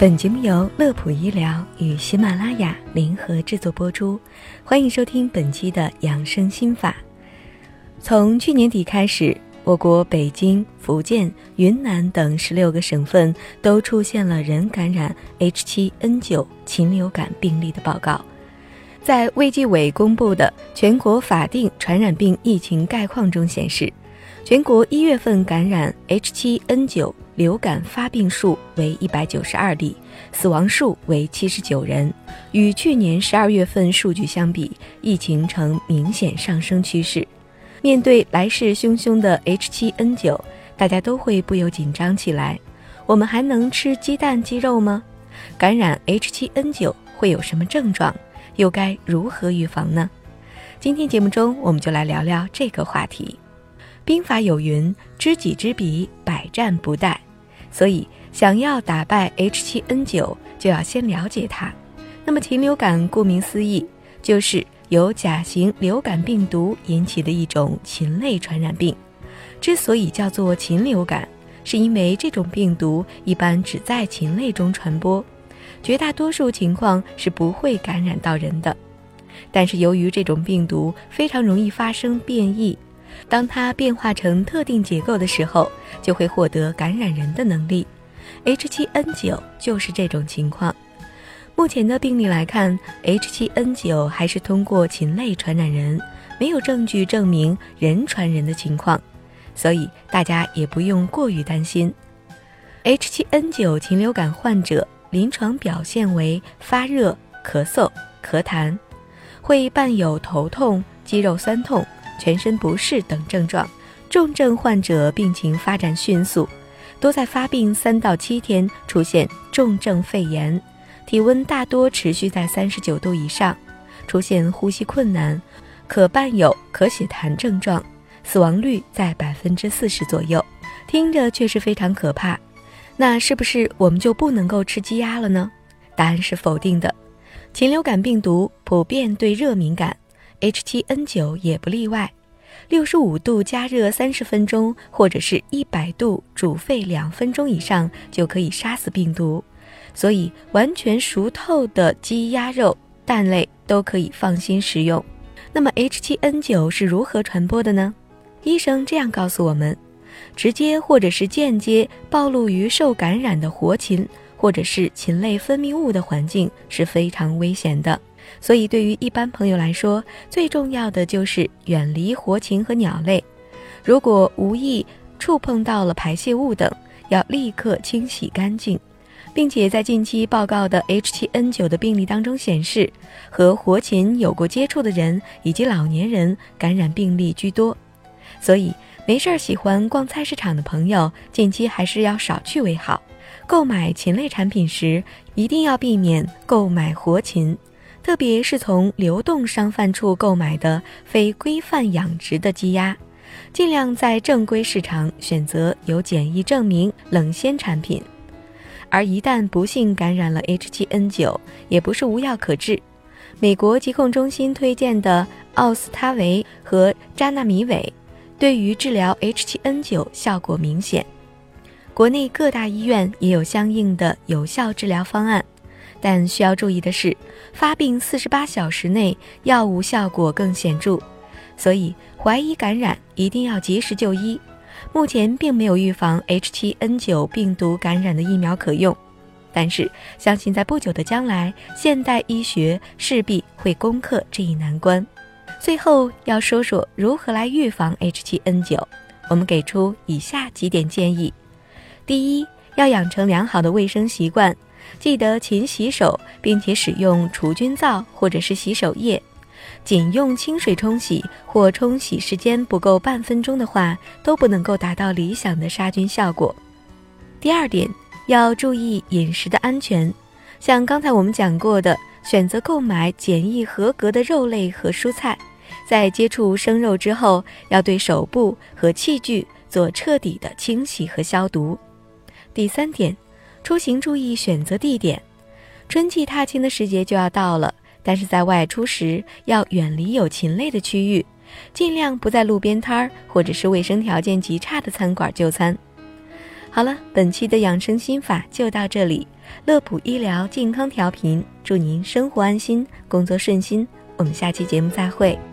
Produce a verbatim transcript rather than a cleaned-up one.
本节目由乐普医疗与喜马拉雅联合制作播出，欢迎收听本期的养生心法。从去年底开始，我国北京、福建、云南等十六个省份都出现了人感染 H 七 N 九 禽流感病例的报告。在卫计委公布的全国法定传染病疫情概况中显示，全国一月份感染 H 七 N 九 流感发病数为一百九十二例，死亡数为七十九人。与去年十二月份数据相比，疫情呈明显上升趋势。面对来势汹汹的 H 七 N 九， 大家都会不由紧张起来。我们还能吃鸡蛋鸡肉吗？感染 H 七 N 九 会有什么症状？又该如何预防呢？今天节目中，我们就来聊聊这个话题。兵法有云，知己知彼，百战不殆。所以想要打败 H 七 N 九， 就要先了解它。那么禽流感顾名思义，就是由甲型流感病毒引起的一种禽类传染病。之所以叫做禽流感，是因为这种病毒一般只在禽类中传播，绝大多数情况是不会感染到人的。但是由于这种病毒非常容易发生变异，当它变化成特定结构的时候，就会获得感染人的能力。 H 七 N 九 就是这种情况。目前的病例来看， H 七 N 九 还是通过禽类传染人，没有证据证明人传人的情况，所以大家也不用过于担心。 H 七 N 九 禽流感患者临床表现为发热、咳嗽、咳痰，会伴有头痛、肌肉酸痛、全身不适等症状。重症患者病情发展迅速，多在发病三到七天出现重症肺炎，体温大多持续在三十九度以上，出现呼吸困难，可伴有咳血痰症状，死亡率在百分之四十左右。听着确实非常可怕。那是不是我们就不能够吃鸡鸭了呢？答案是否定的。禽流感病毒普遍对热敏感， H 七 N 九 也不例外。六十五度加热三十分钟，或者是一百度煮沸两分钟以上，就可以杀死病毒。所以完全熟透的鸡鸭肉、蛋类都可以放心食用。那么 H 七 N 九 是如何传播的呢？医生这样告诉我们，直接或者是间接暴露于受感染的活禽或者是禽类分泌物的环境是非常危险的。所以对于一般朋友来说，最重要的就是远离活禽和鸟类。如果无意触碰到了排泄物等，要立刻清洗干净。并且在近期报告的 H 七 N 九 的病例当中显示，和活禽有过接触的人以及老年人感染病例居多。所以没事儿喜欢逛菜市场的朋友，近期还是要少去为好。购买禽类产品时，一定要避免购买活禽，特别是从流动商贩处购买的非规范养殖的鸡鸭，尽量在正规市场选择有检疫证明冷鲜产品。而一旦不幸感染了 H 七 N 九， 也不是无药可治。美国疾控中心推荐的奥司他韦和扎纳米韦对于治疗 H 七 N 九 效果明显。国内各大医院也有相应的有效治疗方案，但需要注意的是，发病四十八小时内药物效果更显著，所以怀疑感染一定要及时就医。目前并没有预防 H 七 N 九 病毒感染的疫苗可用，但是相信在不久的将来，现代医学势必会攻克这一难关。最后要说说如何来预防 H 七 N 九， 我们给出以下几点建议。第一，要养成良好的卫生习惯，记得勤洗手，并且使用除菌皂或者是洗手液。仅用清水冲洗或冲洗时间不够半分钟的话，都不能够达到理想的杀菌效果。第二点，要注意饮食的安全，像刚才我们讲过的，选择购买检疫合格的肉类和蔬菜，在接触生肉之后，要对手部和器具做彻底的清洗和消毒。第三点，出行注意选择地点，春季踏青的时节就要到了，但是在外出时要远离有禽类的区域，尽量不在路边摊儿或者是卫生条件极差的餐馆就餐。 好了，本期的养生心法就到这里。乐普医疗健康调频，祝您生活安心，工作顺心。我们下期节目再会。